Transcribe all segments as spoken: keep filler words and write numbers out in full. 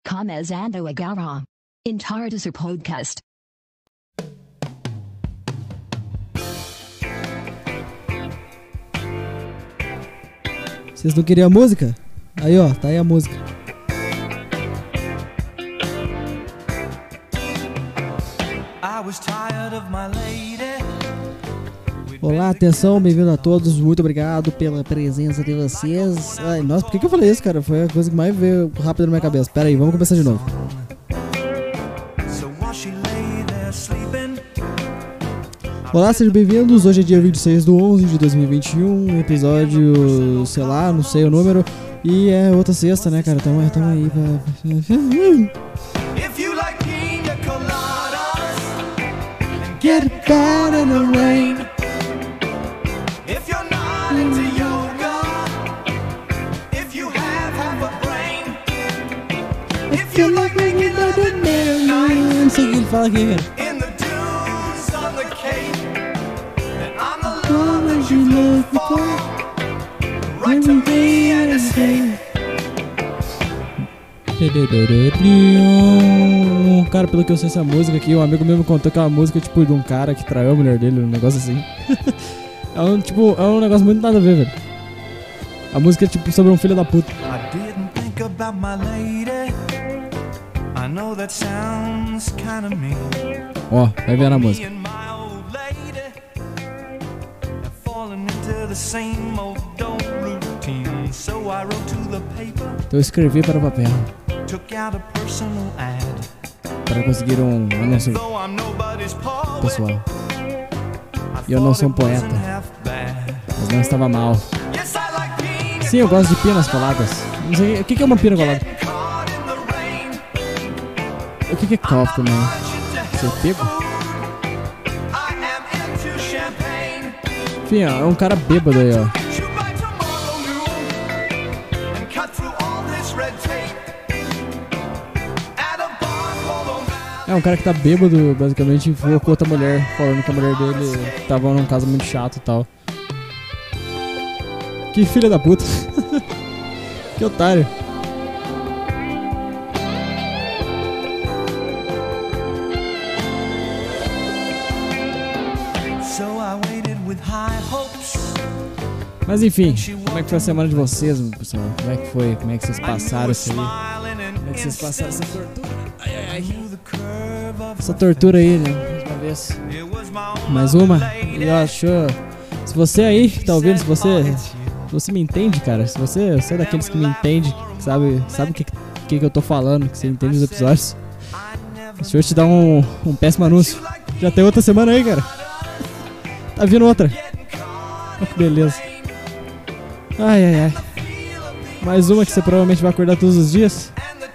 começando agora. Entardecer Podcast. Vocês não queriam a música? Aí ó, tá aí a música. Olá, atenção, bem-vindo a todos. Muito obrigado pela presença de vocês. Ai, nossa, por que, que eu falei isso, cara? Foi a coisa que mais veio rápido na minha cabeça. Pera aí, vamos começar de novo. Olá, sejam bem-vindos. Hoje é dia vinte e seis de onze de dois mil e vinte e um, episódio, sei lá, não sei o número. E é outra sexta, né, cara? Tamo, tamo aí pra... Get it down in the rain. If you're not into yoga, if you have half a brain, if you like making love at midnight, não sei o que ele fala aqui, cara. In the dunes on the cape, then I'm the love you look for. Write to me and escape. Cara, pelo que eu sei essa música aqui, um amigo meu me contou que é uma música tipo de um cara que traiu a mulher dele, um negócio assim. É um tipo, é um negócio muito nada a ver, velho. A música é tipo sobre um filho da puta. Ó, oh, vai ver na música. Então eu escrevi para o papel para conseguir um anúncio pessoal. E eu não sou um poeta, mas não estava mal. Sim, eu gosto de pinas coladas. Não sei, o que é uma pina colada? O que é copo também? Você pego? Enfim, ó, é um cara bêbado aí, ó. É um cara que tá bêbado, basicamente, e voou com outra mulher, falando que a mulher dele tava num caso muito chato e tal. Que filha da puta. Que otário. Mas enfim, como é que foi a semana de vocês, pessoal? Como é que foi? Como é que vocês passaram isso aí? Como é que vocês passaram essa tortura? Ai, ai, ai. Essa tortura aí, né? Mais uma vez. Mais uma. E eu acho... Se você aí que tá ouvindo, se você... Se você me entende, cara. Se você, você é daqueles que me entende, que sabe, sabe o que, que, que eu tô falando, que você entende os episódios. Deixa eu te dar um, um péssimo anúncio. Já tem outra semana aí, cara. Tá vindo outra. Oh, que beleza. Ai, ai, ai. Mais uma que você provavelmente vai acordar todos os dias.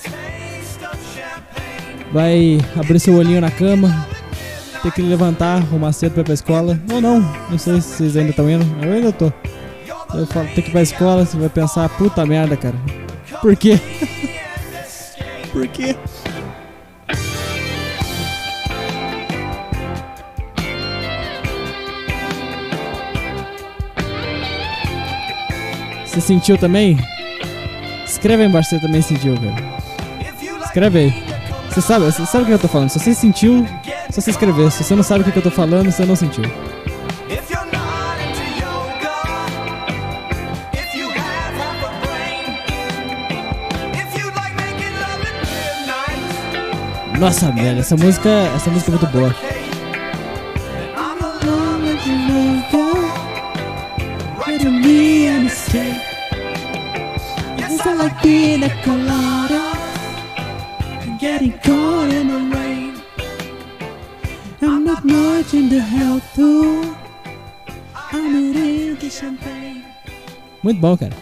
Vai abrir seu olhinho na cama, ter que levantar, arrumar cedo pra ir pra escola. Ou não, não sei se vocês ainda estão indo. Eu ainda tô. Eu falo, ter que ir pra escola, você vai pensar, puta merda, cara. Por quê? Por quê? Você sentiu também? Escreve aí embaixo se você também sentiu, velho. Escreve aí. Você sabe, você sabe o que eu tô falando. Se você sentiu, só você escrever. Se você não sabe o que eu tô falando, você não sentiu. Nossa, velho, essa música, essa música é muito boa. Getting caught in the rain. I'm not much in the health too. I'm in the champagne. Muito bom, cara.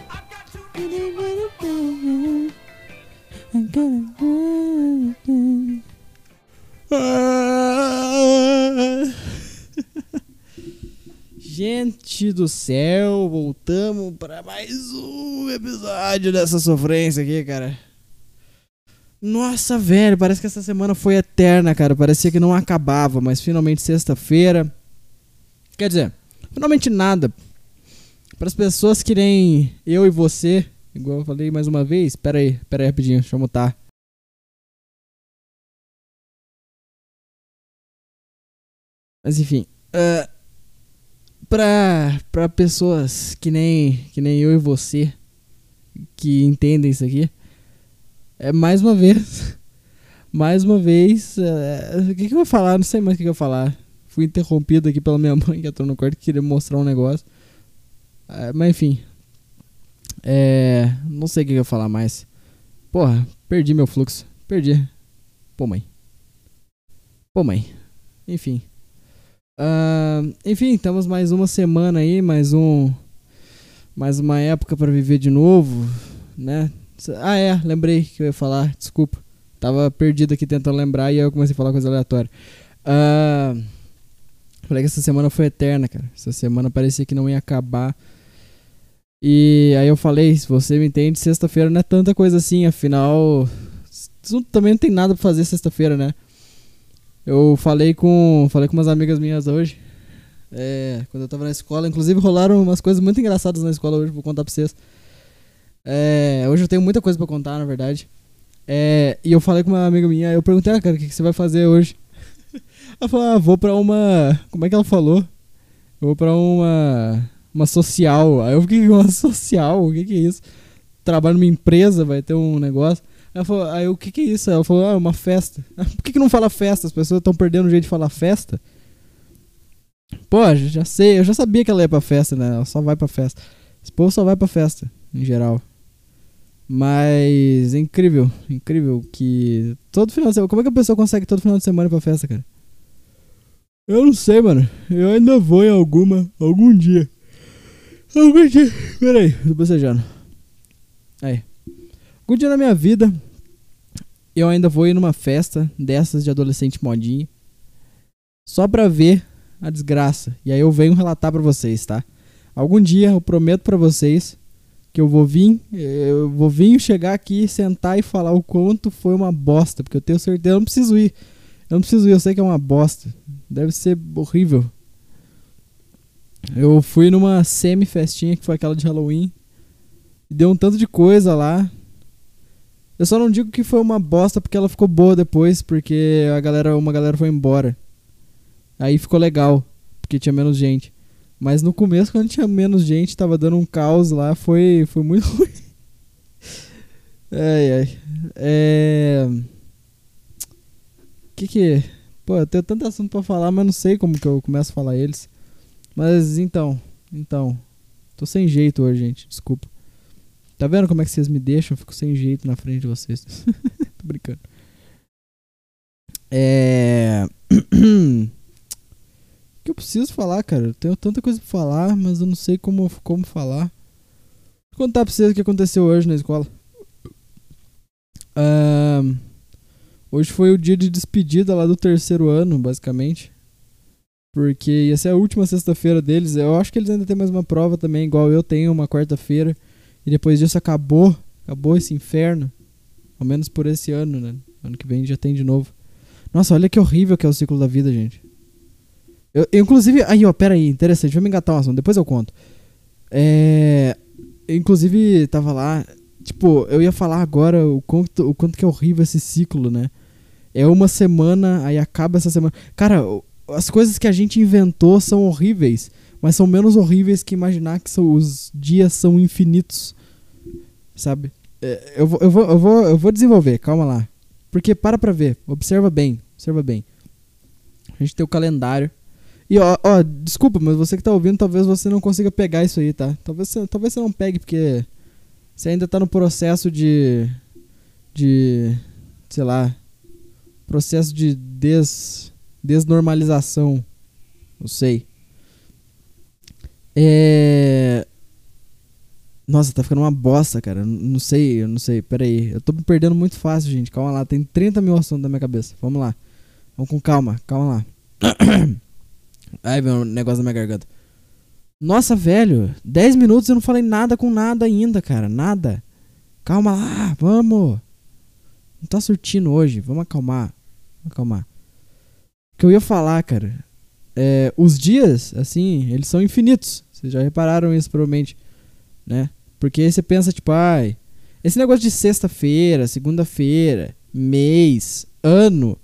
Gente do céu, voltamos para mais um episódio dessa sofrência aqui, cara. Nossa, velho, parece que essa semana foi eterna, cara. Parecia que não acabava, mas finalmente sexta-feira. Quer dizer, finalmente nada. Para as pessoas que nem eu e você, igual eu falei mais uma vez. Pera aí, pera aí rapidinho, deixa eu mutar. Mas enfim. Uh, pra, pra pessoas que nem, que nem eu e você, que entendem isso aqui, é mais uma vez. Mais uma vez. Uh, o que, que eu vou falar? Não sei mais o que, que eu vou falar. Fui interrompido aqui pela minha mãe, que entrou no quarto e queria mostrar um negócio. Uh, mas enfim. É, não sei o que eu ia falar mais. Porra, perdi meu fluxo. Perdi. Pô, mãe. Pô, mãe. Enfim. Uh, enfim, estamos mais uma semana aí, mais um. Mais uma época pra viver de novo, né? Ah, é, lembrei que eu ia falar, desculpa. Tava perdido aqui tentando lembrar e aí eu comecei a falar coisa aleatória. Uh, falei que essa semana foi eterna, cara. Essa semana parecia que não ia acabar. E aí eu falei, se você me entende, sexta-feira não é tanta coisa assim, afinal... Também não tem nada pra fazer sexta-feira, né? Eu falei com, falei com umas amigas minhas hoje, é, quando eu tava na escola. Inclusive rolaram umas coisas muito engraçadas na escola hoje, vou contar pra vocês. É, hoje eu tenho muita coisa pra contar, na verdade. É, e eu falei com uma amiga minha, eu perguntei, ah, cara, o que, que você vai fazer hoje? Ela falou, ah, vou pra uma... Como é que ela falou? Eu vou pra uma... Uma social. Aí eu fiquei, uma social? O que que é isso? Trabalho numa empresa, vai ter um negócio. Aí eu falei, aí o que que é isso? Ela falou, ah, uma festa. Por que que não fala festa? As pessoas estão perdendo o jeito de falar festa. Pô, já sei, eu já sabia que ela ia pra festa, né? Ela só vai pra festa. Esse povo só vai pra festa, em geral. Mas é incrível, incrível que todo final de semana... Como é que a pessoa consegue todo final de semana ir pra festa, cara? Eu não sei, mano. Eu ainda vou em alguma, algum dia. Algum dia... Pera aí, tô bocejando. Aí. Algum dia na minha vida, eu ainda vou ir numa festa dessas de adolescente modinha. Só pra ver a desgraça. E aí eu venho relatar pra vocês, tá? Algum dia eu prometo pra vocês que eu vou vir, eu vou vir chegar aqui, sentar e falar o quanto foi uma bosta. Porque eu tenho certeza, eu não preciso ir. Eu não preciso ir, eu sei que é uma bosta. Deve ser horrível. Eu fui numa semi-festinha que foi aquela de Halloween. E deu um tanto de coisa lá. Eu só não digo que foi uma bosta porque ela ficou boa depois, porque a galera, uma galera foi embora. Aí ficou legal, porque tinha menos gente. Mas no começo, quando tinha menos gente, tava dando um caos lá, foi, foi muito ruim. Ai, ai. É... Que que... Pô, eu tenho tanto assunto pra falar, mas não sei como que eu começo a falar eles. Mas então, então... Tô sem jeito hoje, gente, desculpa. Tá vendo como é que vocês me deixam? Eu fico sem jeito na frente de vocês. Tô brincando. É... O que eu preciso falar, cara? Eu tenho tanta coisa pra falar, mas eu não sei como, como falar. Vou contar pra vocês o que aconteceu hoje na escola. Uh, hoje foi o dia de despedida lá do terceiro ano, basicamente. Porque ia ser a última sexta-feira deles. Eu acho que eles ainda têm mais uma prova também, igual eu tenho, uma quarta-feira. E depois disso acabou. Acabou esse inferno. Ao menos por esse ano, né? Ano que vem já tem de novo. Nossa, olha que horrível que é o ciclo da vida, gente. Eu, eu inclusive... Aí, ó, pera aí. Interessante. Vou me engatar um assunto. Depois eu conto. É... Eu, inclusive, tava lá... Tipo, eu ia falar agora o quanto, o quanto que é horrível esse ciclo, né? É uma semana, aí acaba essa semana. Cara, as coisas que a gente inventou são horríveis. Mas são menos horríveis que imaginar que são, os dias são infinitos. Sabe? É, eu, vou, eu, vou, eu, vou, eu vou desenvolver, calma lá. Porque para pra ver, observa bem, observa bem. A gente tem o calendário. E ó, ó, desculpa, mas você que tá ouvindo, talvez você não consiga pegar isso aí, tá? Talvez você, talvez você não pegue, porque você ainda tá no processo de... De... Sei lá... Processo de des, desnormalização. Não sei. É... Nossa, tá ficando uma bosta, cara. Não sei, eu não sei. Pera aí. Eu tô me perdendo muito fácil, gente. Calma lá. Tem trinta mil assuntos na minha cabeça. Vamos lá. Vamos com calma. Calma lá. Ai, veio um negócio na minha garganta. Nossa, velho. dez minutos eu não falei nada com nada ainda, cara. Nada. Calma lá. Vamos. Não tá surtindo hoje. Vamos acalmar. Vamos acalmar. O que eu ia falar, cara... É, os dias, assim, eles são infinitos. Vocês já repararam isso, provavelmente, né? Porque aí você pensa, tipo, ai, esse negócio de sexta-feira, segunda-feira, mês, ano,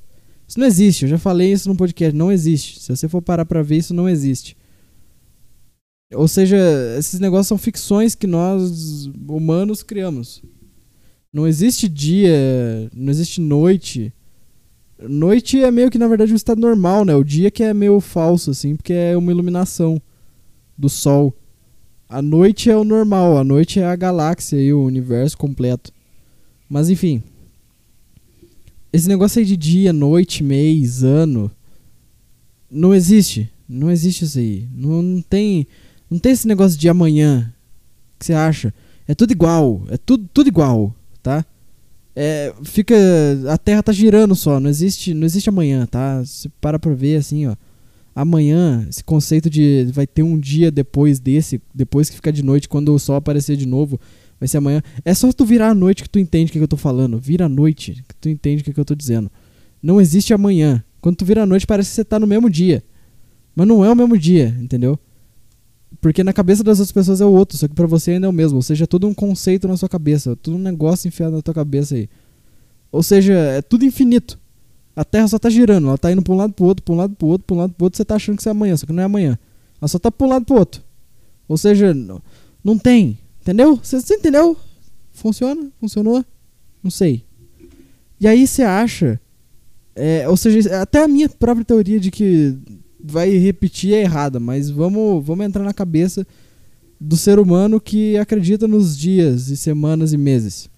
Isso não existe, eu já falei isso no podcast, não existe. Se você for parar pra ver, isso não existe. Ou seja, esses negócios são ficções que nós, humanos, criamos. Não existe dia, não existe noite. Noite é meio que, na verdade, um estado normal, né? O dia que é meio falso, assim, porque é uma iluminação do sol. A noite é o normal, a noite é a galáxia e o universo completo. Mas, enfim. Esse negócio aí de dia, noite, mês, ano, não existe. Não existe isso aí. Não, não tem, não tem esse negócio de amanhã. O que você acha? É tudo igual. É tudo, tudo igual, tá? É, fica, a Terra tá girando só. Não existe, não existe amanhã, tá? Você para pra ver assim, ó. Amanhã, esse conceito de vai ter um dia depois desse, depois que ficar de noite, quando o sol aparecer de novo, vai ser amanhã. É só tu virar a noite que tu entende o que, que eu tô falando. Vira a noite que tu entende o que, que eu tô dizendo. Não existe amanhã. Quando tu vira a noite, parece que você tá no mesmo dia. Mas não é o mesmo dia, entendeu? Porque na cabeça das outras pessoas é o outro, só que pra você ainda é o mesmo. Ou seja, é todo um conceito na sua cabeça. Tudo um negócio enfiado na tua cabeça aí. Ou seja, é tudo infinito. A Terra só tá girando. Ela tá indo pra um lado pro outro, pra um lado pro outro, pra um lado pro outro. Você tá achando que isso é amanhã, só que não é amanhã. Ela só tá pra um lado pro outro. Ou seja, não, não tem. Entendeu? Você, você entendeu? Funciona? Funcionou? Não sei. E aí você acha... É, ou seja, até a minha própria teoria de que vai repetir é errada, mas vamos, vamos entrar na cabeça do ser humano que acredita nos dias e semanas e meses.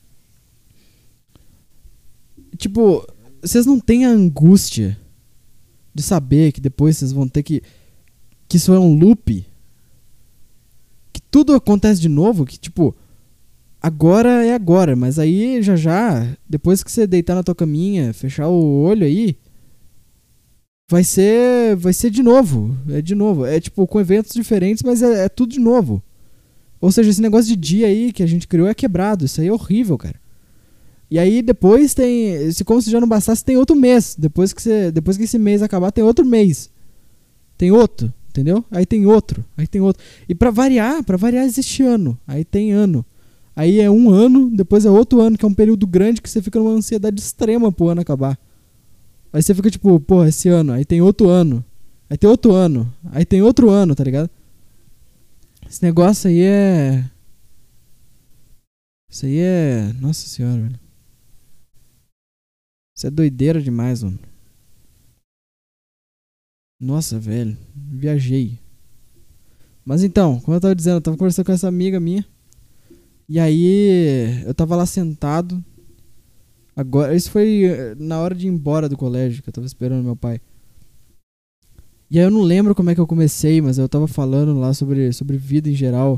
Tipo, vocês não têm a angústia de saber que depois vocês vão ter que... Que isso é um loop? Que tudo acontece de novo? Que tipo... Agora é agora, mas aí já já, depois que você deitar na tua caminha, fechar o olho aí, vai ser, vai ser de novo, é de novo, é tipo com eventos diferentes, mas é, é tudo de novo. Ou seja, esse negócio de dia aí que a gente criou é quebrado, isso aí é horrível, cara. E aí depois tem, se como se já não bastasse, tem outro mês, depois que, você, depois que esse mês acabar tem outro mês, tem outro, entendeu? Aí tem outro, aí tem outro. E pra variar, pra variar existe ano, aí tem ano. Aí é um ano, depois é outro ano, que é um período grande que você fica numa ansiedade extrema pro ano acabar. Aí você fica tipo, pô, esse ano, aí tem outro ano, aí tem outro ano, aí tem outro ano, tá ligado? Esse negócio aí é... Isso aí é... Nossa senhora, velho. Isso é doideira demais, mano. Nossa, velho. Viajei. Mas então, como eu tava dizendo, eu tava conversando com essa amiga minha. E aí, eu tava lá sentado. Agora, isso foi na hora de ir embora do colégio, que eu tava esperando meu pai. E aí eu não lembro como é que eu comecei, mas eu tava falando lá sobre, sobre vida em geral.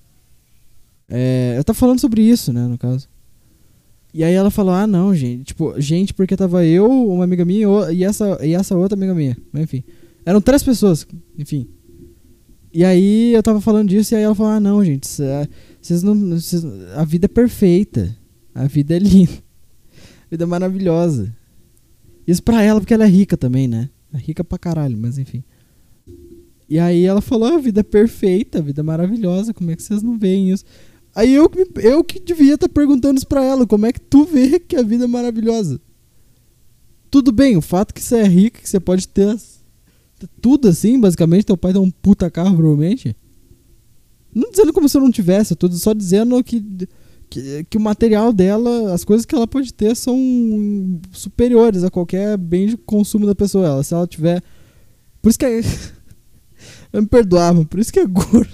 É, eu tava falando sobre isso, né, no caso. E aí ela falou, ah não, gente. Tipo, gente, porque tava eu, uma amiga minha e essa, e essa outra amiga minha. Mas enfim, eram três pessoas, enfim. E aí eu tava falando disso e aí ela falou, ah não, gente, vocês não, cês, a vida é perfeita, a vida é linda, a vida é maravilhosa. Isso pra ela porque ela é rica também, né? É rica pra caralho, mas enfim. E aí ela falou, ah, a vida é perfeita, a vida é maravilhosa, como é que vocês não veem isso? Aí eu, eu que devia estar tá perguntando isso pra ela, como é que tu vê que a vida é maravilhosa? Tudo bem, o fato que você é rica, que você pode ter tudo assim, basicamente, teu pai tem um puta carro, provavelmente. Não dizendo como se eu não tivesse, eu tô só dizendo que, que, que o material dela, as coisas que ela pode ter são superiores a qualquer bem de consumo da pessoa. Ela, se ela tiver... Por isso que é... Vai me perdoar, mas por isso que é gorda.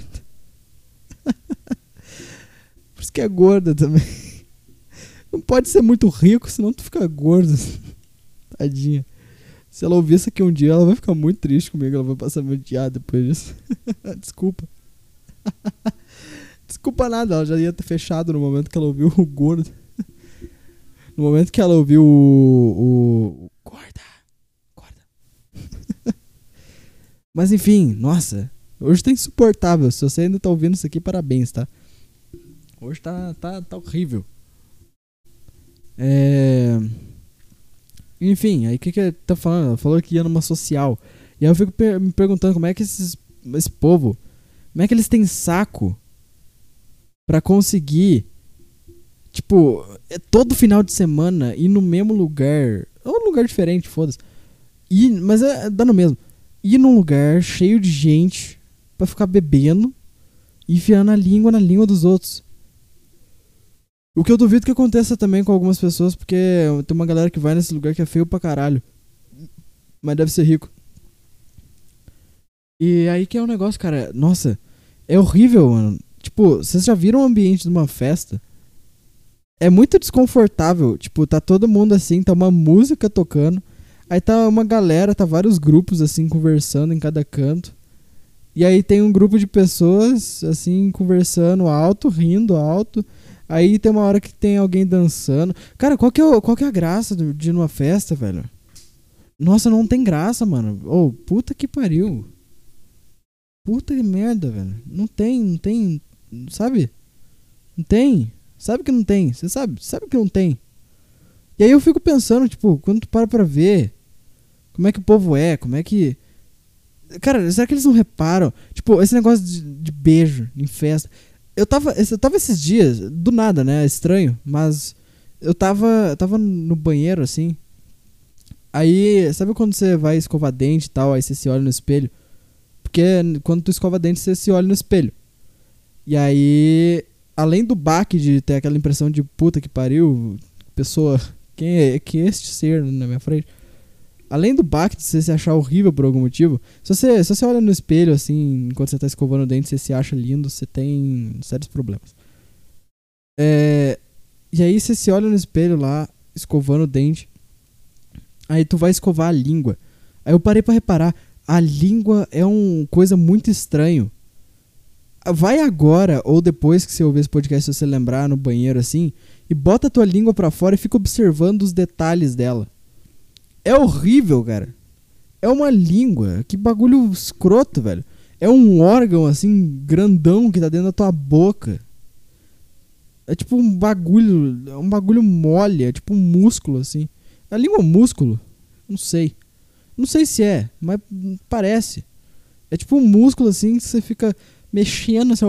Por isso que é gorda também. Não pode ser muito rico, senão tu fica gordo. Tadinha. Se ela ouvir isso aqui um dia, ela vai ficar muito triste comigo. Ela vai passar meu dia depois disso. Desculpa. Desculpa nada, ela já ia ter fechado no momento que ela ouviu o gordo. No momento que ela ouviu o... o, o gorda. Gorda. Mas enfim, nossa. Hoje tá insuportável. Se você ainda tá ouvindo isso aqui, parabéns, tá? Hoje tá, tá, tá horrível. É... Enfim, aí o que que tá falando? Ela falou que ia numa social. E aí eu fico per- me perguntando como é que esses, esse povo, como é que eles têm saco pra conseguir, tipo, todo final de semana ir no mesmo lugar, ou um lugar diferente, foda-se, Ir, mas é dá no mesmo. Ir num lugar cheio de gente pra ficar bebendo e enfiando a língua na língua dos outros. O que eu duvido que aconteça também com algumas pessoas, porque tem uma galera que vai nesse lugar que é feio pra caralho. Mas deve ser rico. E aí que é um negócio, cara. Nossa, é horrível, mano. Tipo, vocês já viram o ambiente de uma festa? É muito desconfortável. Tipo, tá todo mundo assim, tá uma música tocando. Aí tá uma galera, tá vários grupos assim, conversando em cada canto. E aí tem um grupo de pessoas, assim, conversando alto, rindo alto. Aí tem uma hora que tem alguém dançando. Cara, qual que é, o, qual que é a graça de ir numa festa, velho? Nossa, não tem graça, mano. Ô, oh, puta que pariu. Puta que merda, velho. Não tem, não tem, sabe? Não tem. Sabe que não tem. Você sabe, sabe que não tem. E aí eu fico pensando, tipo, quando tu para pra ver como é que o povo é, como é que... Cara, será que eles não reparam? Tipo, esse negócio de, de beijo em festa. Eu tava, eu tava esses dias, do nada, né? É estranho, mas eu tava, eu tava no banheiro, assim. Aí, sabe quando você vai escovar dente e tal, aí você se olha no espelho? Porque quando tu escova dente, você se olha no espelho. E aí, além do baque de ter aquela impressão de puta que pariu, pessoa, quem é que é este ser na minha frente? Além do baque de você se achar horrível por algum motivo, se você, se você olha no espelho, assim, enquanto você tá escovando o dente, você se acha lindo, você tem sérios problemas. É, e aí você se olha no espelho lá, escovando o dente, aí tu vai escovar a língua. Aí eu parei pra reparar, a língua é uma coisa muito estranho. Vai agora, ou depois que você ouvir esse podcast, se você lembrar, no banheiro assim, e bota a tua língua pra fora e fica observando os detalhes dela. É horrível, cara. É uma língua. Que bagulho escroto, velho. É um órgão, assim, grandão que tá dentro da tua boca. É tipo um bagulho... É um bagulho mole. É tipo um músculo, assim. A língua é um músculo? Não sei. Não sei se é, mas parece. É tipo um músculo, assim, que você fica mexendo, assim...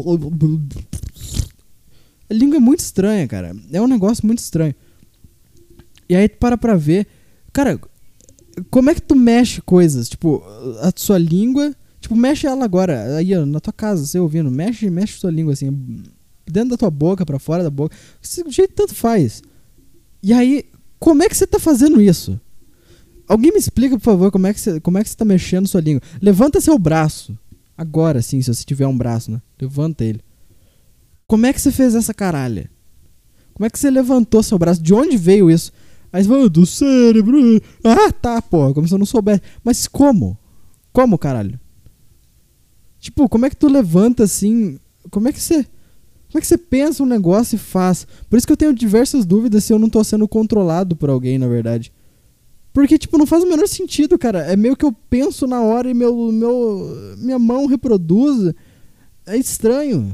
A língua é muito estranha, cara. É um negócio muito estranho. E aí tu para pra ver... Cara, como é que tu mexe coisas? Tipo, a sua língua... Tipo, mexe ela agora, aí ó, na tua casa, você ouvindo. Mexe, mexe a sua língua assim, dentro da tua boca, pra fora da boca. Esse jeito tanto faz. E aí, como é que você tá fazendo isso? Alguém me explica, por favor, como é que você, como é que você tá mexendo sua língua. Levanta seu braço. Agora sim, se você tiver um braço, né? Levanta ele. Como é que você fez essa caralha? Como é que você levantou seu braço? De onde veio isso? Aí você fala, do cérebro. Ah, tá, porra, como se eu não soubesse. Mas como? Como, caralho? Tipo, como é que tu levanta assim? Como é que você... Como é que você pensa um negócio e faz? Por isso que eu tenho diversas dúvidas se eu não tô sendo controlado por alguém, na verdade. Porque, tipo, não faz o menor sentido, cara. É meio que eu penso na hora e meu, meu, minha mão reproduz. É estranho.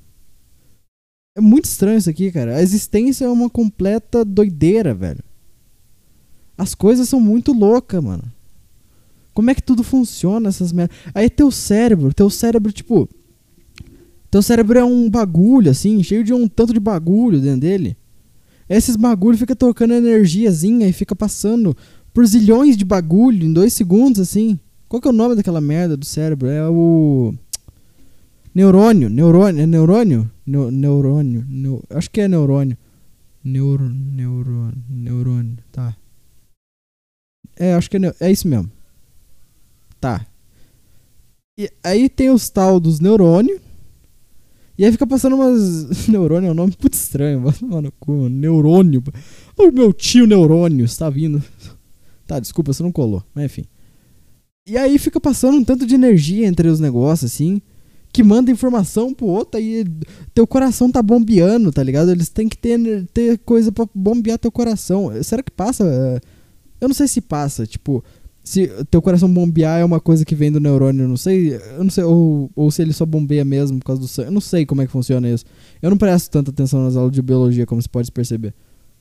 É muito estranho isso aqui, cara. A existência é uma completa doideira, velho. As coisas são muito loucas, mano. Como é que tudo funciona, essas merdas? Aí teu cérebro, teu cérebro, tipo... Teu cérebro é um bagulho, assim, cheio de um tanto de bagulho dentro dele. Esses bagulhos ficam trocando energiazinha e fica passando por zilhões de bagulho em dois segundos, assim. Qual que é o nome daquela merda do cérebro? É o... Neurônio, neurônio, é neurônio? Neu, neurônio, neu, acho que é neurônio. Neuro, neurônio, neurônio, tá. É, acho que é, é isso mesmo. Tá. E aí tem os tal dos neurônios. E aí fica passando umas... Neurônio é um nome muito estranho, mano. Neurônio. O meu tio neurônio está vindo. Tá, desculpa, você não colou. Mas enfim. E aí fica passando um tanto de energia entre os negócios, assim, que manda informação pro outro, aí teu coração tá bombeando, tá ligado? Eles têm que ter, ter coisa pra bombear teu coração. Será que passa? Eu não sei se passa, tipo... Se teu coração bombear é uma coisa que vem do neurônio, eu não sei, eu não sei, ou, ou se ele só bombeia mesmo por causa do sangue, eu não sei como é que funciona isso. Eu não presto tanta atenção nas aulas de biologia, como você pode perceber.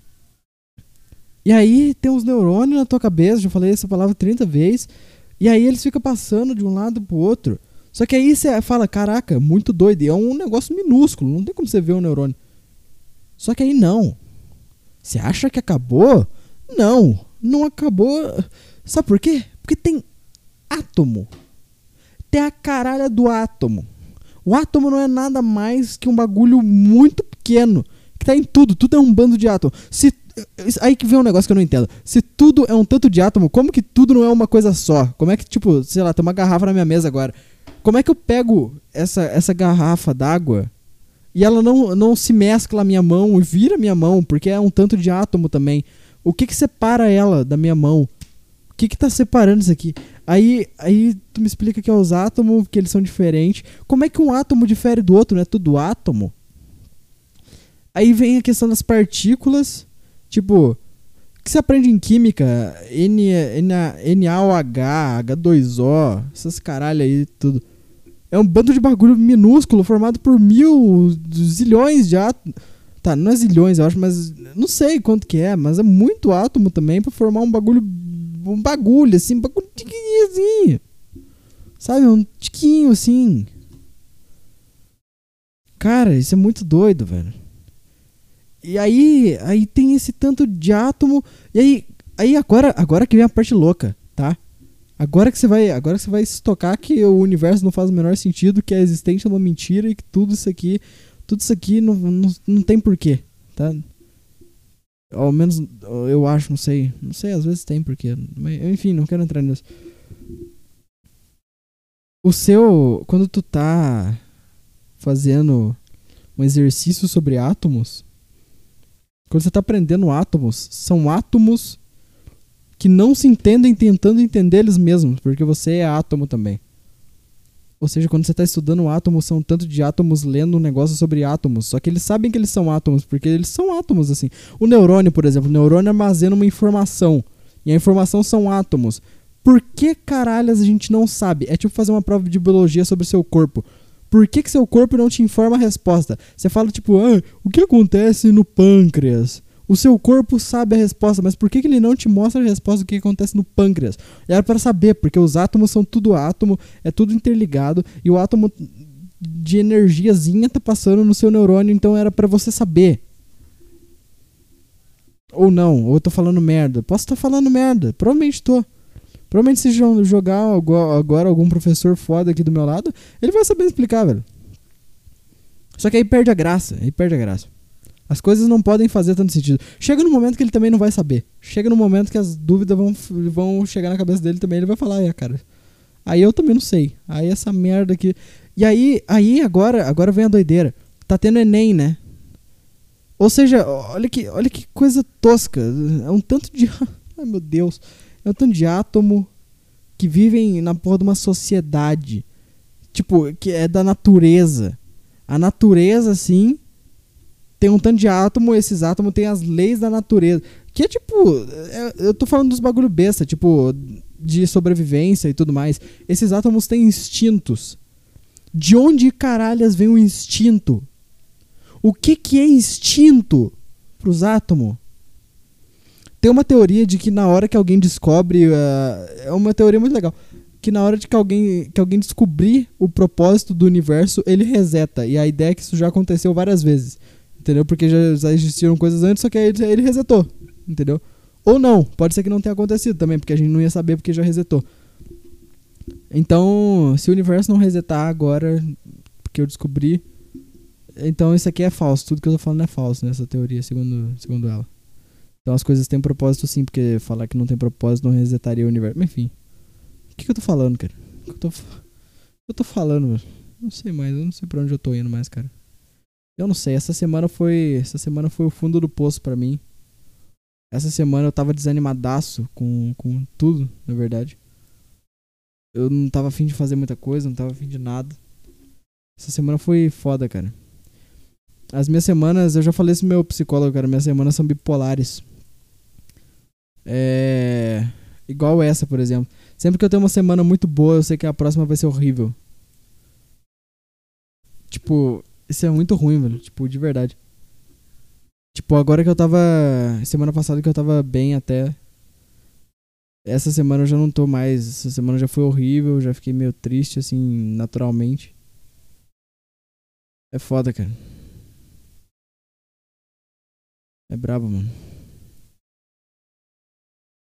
E aí tem uns neurônios na tua cabeça, já falei essa palavra trinta vezes, e aí eles ficam passando de um lado pro outro. Só que aí você fala, caraca, muito doido, e é um negócio minúsculo, não tem como você ver um neurônio. Só que aí não. Você acha que acabou? Não, não acabou. Sabe por quê? Porque tem átomo. Tem a caralha do átomo. O átomo não é nada mais que um bagulho muito pequeno, que tá em tudo. Tudo é um bando de átomo. Se, aí que vem um negócio que eu não entendo. Se tudo é um tanto de átomo, como que tudo não é uma coisa só? Como é que, tipo, sei lá, tem uma garrafa na minha mesa agora. Como é que eu pego essa, essa garrafa d'água e ela não, não se mescla a minha mão e vira minha mão, porque é um tanto de átomo também. O que que separa ela da minha mão? O que que tá separando isso aqui? Aí, aí tu me explica que é os átomos, que eles são diferentes. Como é que um átomo difere do outro? Não é tudo átomo? Aí vem a questão das partículas. Tipo, o que você aprende em química? N, N, N A O H, H dois O, essas caralho aí, tudo. É um bando de bagulho minúsculo formado por mil, zilhões de átomos. Tá, não é zilhões, eu acho, mas não sei quanto que é, mas é muito átomo também pra formar um bagulho, um bagulho assim, um bagulho tiquinho, sabe, um tiquinho assim. Cara, isso é muito doido, velho. E aí, aí tem esse tanto de átomo, e aí, aí agora, agora que vem a parte louca, tá? Agora que você vai, agora que você vai se tocar que o universo não faz o menor sentido, que a existência é uma mentira e que tudo isso aqui, tudo isso aqui não, não, não tem porquê, tá? Ao menos eu acho, não sei, não sei, às vezes tem porquê, mas enfim, não quero entrar nisso. O seu, quando tu tá fazendo um exercício sobre átomos, quando você tá aprendendo átomos, são átomos que não se entendem tentando entender eles mesmos, porque você é átomo também. Ou seja, quando você está estudando átomos, são tanto de átomos lendo um negócio sobre átomos, só que eles sabem que eles são átomos, porque eles são átomos, assim. O neurônio, por exemplo, o neurônio armazena uma informação, e a informação são átomos. Por que caralhas a gente não sabe? É tipo fazer uma prova de biologia sobre o seu corpo. Por que que seu corpo não te informa a resposta? Você fala tipo, ah, o que acontece no pâncreas? O seu corpo sabe a resposta, mas por que que ele não te mostra a resposta do que acontece no pâncreas? Era para saber, porque os átomos são tudo átomo, é tudo interligado, e o átomo de energiazinha tá passando no seu neurônio, então era para você saber. Ou não, ou eu tô falando merda. Posso estar falando merda, provavelmente tô. Provavelmente se jogar agora algum professor foda aqui do meu lado, ele vai saber explicar, velho. Só que aí perde a graça, aí perde a graça. As coisas não podem fazer tanto sentido. Chega no momento que ele também não vai saber. Chega no momento que as dúvidas vão, vão chegar na cabeça dele também, ele vai falar, é, cara. Aí eu também não sei. Aí essa merda aqui. E aí, aí agora, agora vem a doideira. Tá tendo Enem, né? Ou seja, olha que, olha que coisa tosca. É um tanto de... Ai, meu Deus. É um tanto de átomo que vivem na porra de uma sociedade. Tipo, que é da natureza. A natureza, assim... Tem um tanto de átomo, esses átomos têm as leis da natureza. Que é tipo... É, eu tô falando dos bagulho besta, tipo... De sobrevivência e tudo mais. Esses átomos têm instintos. De onde caralhas vem o instinto? O que que é instinto pros átomos? Tem uma teoria de que na hora que alguém descobre... Uh, é uma teoria muito legal. Que na hora de que alguém, que alguém descobrir o propósito do universo, ele reseta. E a ideia é que isso já aconteceu várias vezes. Entendeu? Porque já, já existiram coisas antes, só que aí ele, ele resetou. Entendeu? Ou não, pode ser que não tenha acontecido também, porque a gente não ia saber porque já resetou. Então, se o universo não resetar agora, porque eu descobri, então isso aqui é falso. Tudo que eu tô falando é falso nessa teoria, segundo, segundo ela. Então as coisas têm propósito sim, porque falar que não tem propósito não resetaria o universo. Mas enfim, o que, que eu tô falando, cara? O que eu tô, eu tô falando? Não sei mais, eu não sei pra onde eu tô indo mais, cara. Eu não sei, essa semana foi, essa semana foi o fundo do poço pra mim. Essa semana eu tava desanimadaço com, com tudo, na verdade. Eu não tava afim de fazer muita coisa, não tava afim de nada. Essa semana foi foda, cara. As minhas semanas, eu já falei isso pro meu psicólogo, cara, minhas semanas são bipolares. É... Igual essa, por exemplo. Sempre que eu tenho uma semana muito boa, eu sei que a próxima vai ser horrível. Tipo... Isso é muito ruim, velho. Tipo, de verdade. Tipo, agora que eu tava... Semana passada que eu tava bem até. Essa semana eu já não tô mais. Essa semana já foi horrível. Já fiquei meio triste, assim, naturalmente. É foda, cara. É brabo, mano.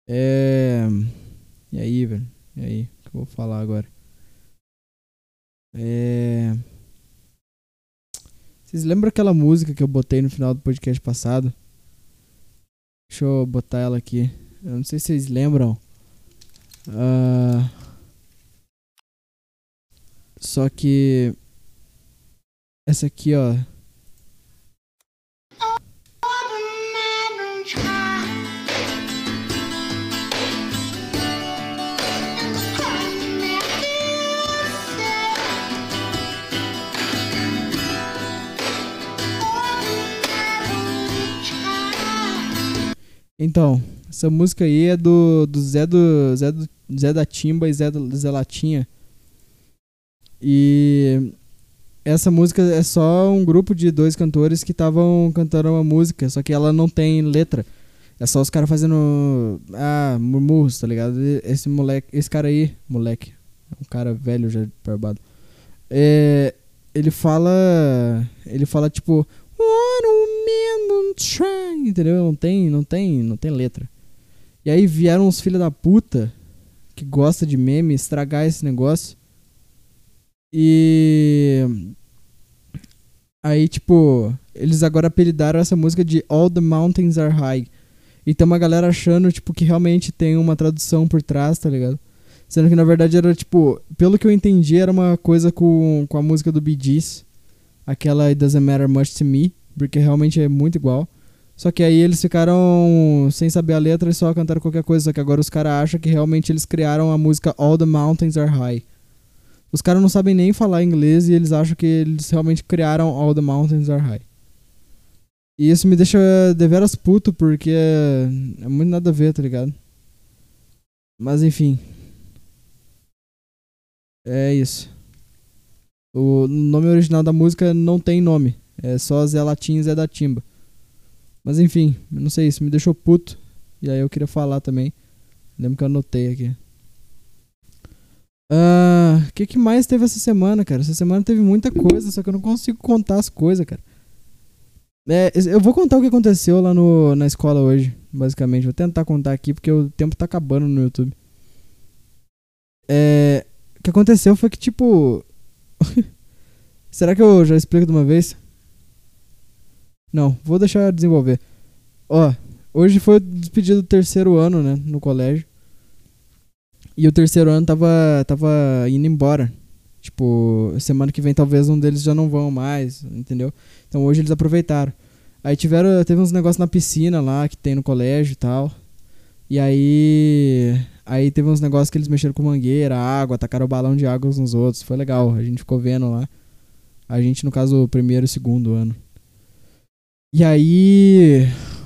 É... E aí, velho? E aí? O que eu vou falar agora? É... Vocês lembram aquela música que eu botei no final do podcast passado? Deixa eu botar ela aqui. Eu não sei se vocês lembram. Uh... Só que... Essa aqui, ó. Então, essa música aí é do, do Zé do Zé do Zé da Timba e Zé, do, Zé Latinha. E essa música é só um grupo de dois cantores que estavam cantando uma música, só que ela não tem letra. É só os caras fazendo ah, murmurros, tá ligado? Esse moleque, esse cara aí, moleque, um cara velho já barbado. É, ele fala, ele fala tipo entendeu? Não tem, não tem, não tem letra. E aí vieram uns filha da puta que gosta de meme estragar esse negócio. E aí, tipo, eles agora apelidaram essa música de All the Mountains Are High. E tem uma galera achando, tipo, que realmente tem uma tradução por trás, tá ligado? Sendo que na verdade era, tipo, pelo que eu entendi, era uma coisa com, com a música do Bee Gees. Aquela It Doesn't Matter Much to Me, porque realmente é muito igual. Só que aí eles ficaram sem saber a letra e só cantaram qualquer coisa. Só que agora os caras acham que realmente eles criaram a música All the Mountains Are High. Os caras não sabem nem falar inglês e eles acham que eles realmente criaram All the Mountains Are High. E isso me deixa deveras puto, porque é muito nada a ver, tá ligado? Mas enfim. É isso. O nome original da música não tem nome. É só Zé Latinha e Zé da Timba. Mas enfim, eu não sei, isso me deixou puto. E aí eu queria falar também. Lembro que eu anotei aqui. Ah, o que, que mais teve essa semana, cara? Essa semana teve muita coisa, só que eu não consigo contar as coisas, cara. É, eu vou contar o que aconteceu lá no, na escola hoje, basicamente. Vou tentar contar aqui, porque o tempo tá acabando no YouTube. É, o que aconteceu foi que, tipo... Será que eu já explico de uma vez? Não, vou deixar desenvolver. Ó, hoje foi o despedido do terceiro ano, né, no colégio. E o terceiro ano tava, tava indo embora. Tipo, semana que vem talvez um deles já não vão mais, entendeu? Então hoje eles aproveitaram. Aí tiveram, teve uns negócios na piscina lá que tem no colégio e tal. E aí... Aí teve uns negócios que eles mexeram com mangueira, água, tacaram balão de água uns nos outros. Foi legal, a gente ficou vendo lá. A gente, no caso, o primeiro e segundo ano. E aí...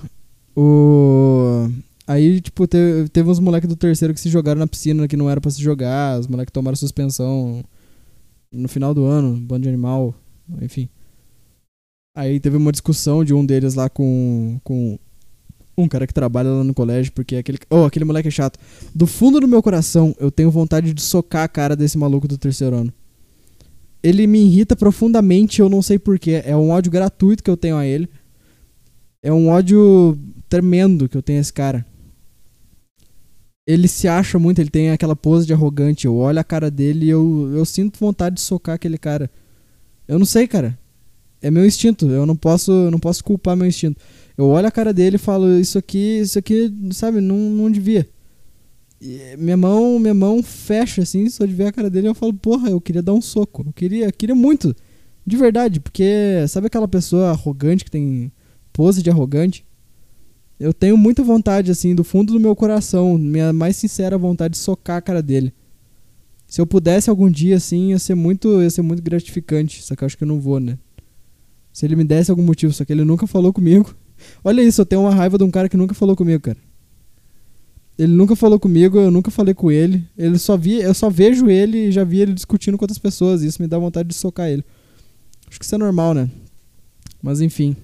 O... Aí, tipo, teve, teve uns moleques do terceiro que se jogaram na piscina que não era pra se jogar. Os moleques tomaram suspensão no final do ano, bando de animal, enfim. Aí teve uma discussão de um deles lá com, com um cara que trabalha lá no colégio, porque aquele, oh, aquele moleque é chato. Do fundo do meu coração, eu tenho vontade de socar a cara desse maluco do terceiro ano. Ele me irrita profundamente, eu não sei porquê. É um ódio gratuito que eu tenho a ele. É um ódio tremendo que eu tenho a esse cara. Ele se acha muito, ele tem aquela pose de arrogante. Eu olho a cara dele e eu, eu sinto vontade de socar aquele cara. Eu não sei, cara. É meu instinto, eu não posso, não posso culpar meu instinto. Eu olho a cara dele e falo, isso aqui, isso aqui, sabe, não, não devia. E minha mão, minha mão fecha assim, só de ver a cara dele eu falo, porra, eu queria dar um soco. Eu queria, queria muito, de verdade, porque sabe aquela pessoa arrogante que tem pose de arrogante? Eu tenho muita vontade, assim, do fundo do meu coração, minha mais sincera vontade de socar a cara dele. Se eu pudesse algum dia, assim, ia ser muito, ia ser muito gratificante, só que eu acho que eu não vou, né? Se ele me desse algum motivo, só que ele nunca falou comigo. Olha isso, eu tenho uma raiva de um cara que nunca falou comigo, cara. Ele nunca falou comigo, eu nunca falei com ele. Ele só vi, eu só vejo ele e já vi ele discutindo com outras pessoas. E isso me dá vontade de socar ele. Acho que isso é normal, né? Mas enfim.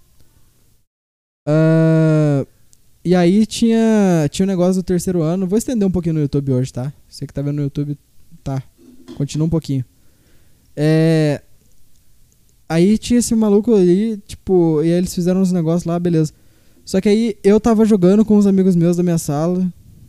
Uh, e aí tinha tinha um negócio do terceiro ano. Vou estender um pouquinho no YouTube hoje, tá? Você que tá vendo no YouTube, tá. Continua um pouquinho. É... Aí tinha esse maluco ali, tipo, e aí eles fizeram uns negócios lá, beleza. Só que aí eu tava jogando com os amigos meus da minha sala,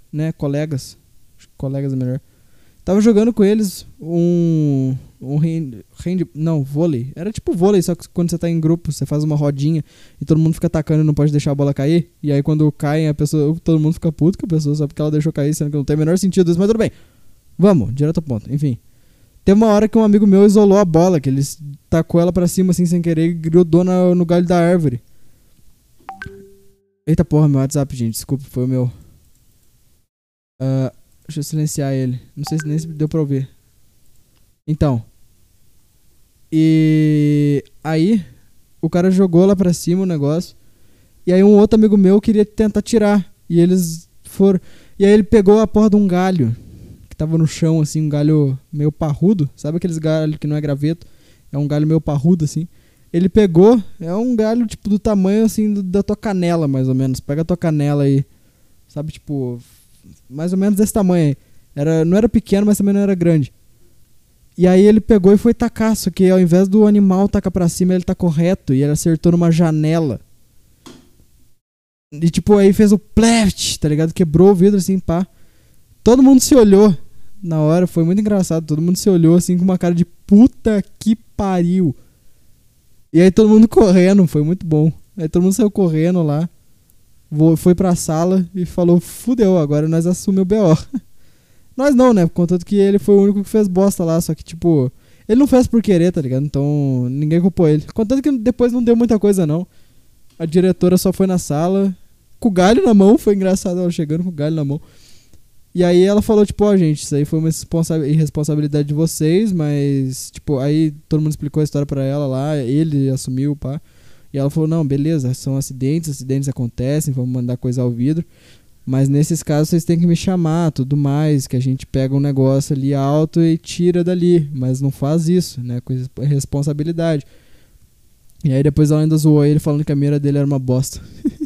né, colegas. Acho que colegas é melhor. Tava jogando com eles um... Um hand, hand... Não, vôlei. Era tipo vôlei, só que quando você tá em grupo, você faz uma rodinha e todo mundo fica atacando e não pode deixar a bola cair. E aí quando cai, a pessoa, todo mundo fica puto com a pessoa só porque ela deixou cair, sendo que não tem o menor sentido isso. Mas tudo bem. Vamos, direto ao ponto. Enfim. Teve uma hora que um amigo meu isolou a bola, que ele tacou ela pra cima assim sem querer e grudou na, no galho da árvore. Eita porra, meu WhatsApp, gente. Desculpa, foi o meu. Uh, deixa eu silenciar ele. Não sei se nem deu pra ouvir. Então. E aí, o cara jogou lá pra cima o negócio. E aí um outro amigo meu queria tentar tirar. E eles foram... E aí ele pegou a porra de um galho que tava no chão, assim, um galho meio parrudo. Sabe aqueles galhos que não é graveto? É um galho meio parrudo, assim. Ele pegou, é um galho, tipo, do tamanho, assim, do, da tua canela, mais ou menos. Pega a tua canela aí. Sabe, tipo, mais ou menos desse tamanho aí. Era, não era pequeno, mas também não era grande. E aí ele pegou e foi tacar, só que ao invés do animal tacar pra cima, ele tacou reto e ele acertou numa janela. E tipo, aí fez o pleft, tá ligado? Quebrou o vidro assim, pá. Todo mundo se olhou na hora, foi muito engraçado. Todo mundo se olhou assim com uma cara de puta que pariu. E aí todo mundo correndo, foi muito bom. Aí todo mundo saiu correndo lá, foi pra sala e falou, fudeu, agora nós assumimos o B O. Nós não, né? Contanto que ele foi o único que fez bosta lá. Só que, tipo, ele não fez por querer, tá ligado? Então, ninguém culpou ele. Contanto que depois não deu muita coisa, não. A diretora só foi na sala com o galho na mão. Foi engraçado ela chegando com o galho na mão. E aí ela falou, tipo, ó, oh, gente, isso aí foi uma irresponsabilidade de vocês. Mas, tipo, aí todo mundo explicou a história pra ela lá. Ele assumiu, pá. E ela falou, não, beleza, são acidentes. Acidentes acontecem, vamos mandar coisa ao vidro. Mas nesses casos vocês têm que me chamar, tudo mais, que a gente pega um negócio ali alto e tira dali. Mas não faz isso, né? Com responsabilidade. E aí depois ela ainda zoou ele falando que a mira dele era uma bosta.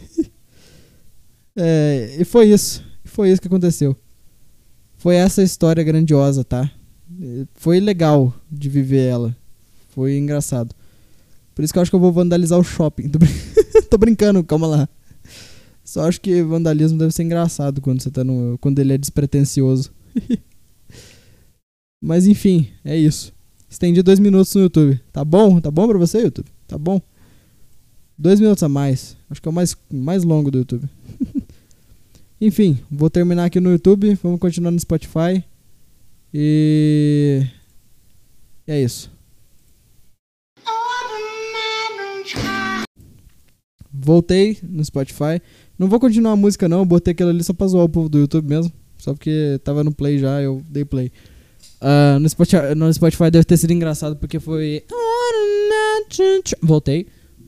É, e foi isso. Foi isso que aconteceu. Foi essa história grandiosa, tá? Foi legal de viver ela. Foi engraçado. Por isso que eu acho que eu vou vandalizar o shopping. Tô, brin... Tô brincando, calma lá. Só acho que vandalismo deve ser engraçado quando você tá no, quando ele é despretensioso. Mas enfim, é isso. Estendi dois minutos no YouTube. Tá bom? Tá bom pra você, YouTube? Tá bom? Dois minutos a mais. Acho que é o mais, mais longo do YouTube. Enfim, vou terminar aqui no YouTube. Vamos continuar no Spotify. E... e é isso. Voltei no Spotify. Não vou continuar a música não, eu botei aquela ali só pra zoar o povo do YouTube mesmo. Só porque tava no play já, eu dei play. Uh, no, Spotify, no Spotify deve ter sido engraçado porque foi... Voltei.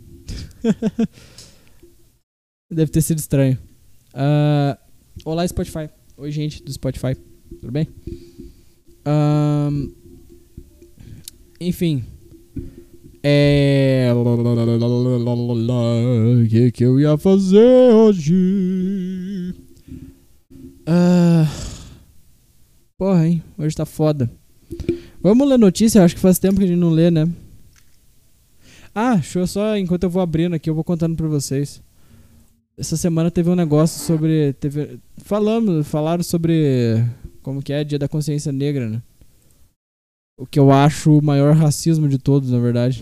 Deve ter sido estranho. Uh, olá Spotify. Oi gente do Spotify. Tudo bem? Uh, enfim. É... O que que eu ia fazer hoje? Ah... Porra, hein? Hoje tá foda. Vamos ler notícia? Acho que faz tempo que a gente não lê, né? Ah, deixa eu só... Enquanto eu vou abrindo aqui, eu vou contando pra vocês. Essa semana teve um negócio sobre... Teve, falamos, falaram sobre... Como que é? Dia da Consciência Negra, né? O que eu acho o maior racismo de todos, na verdade.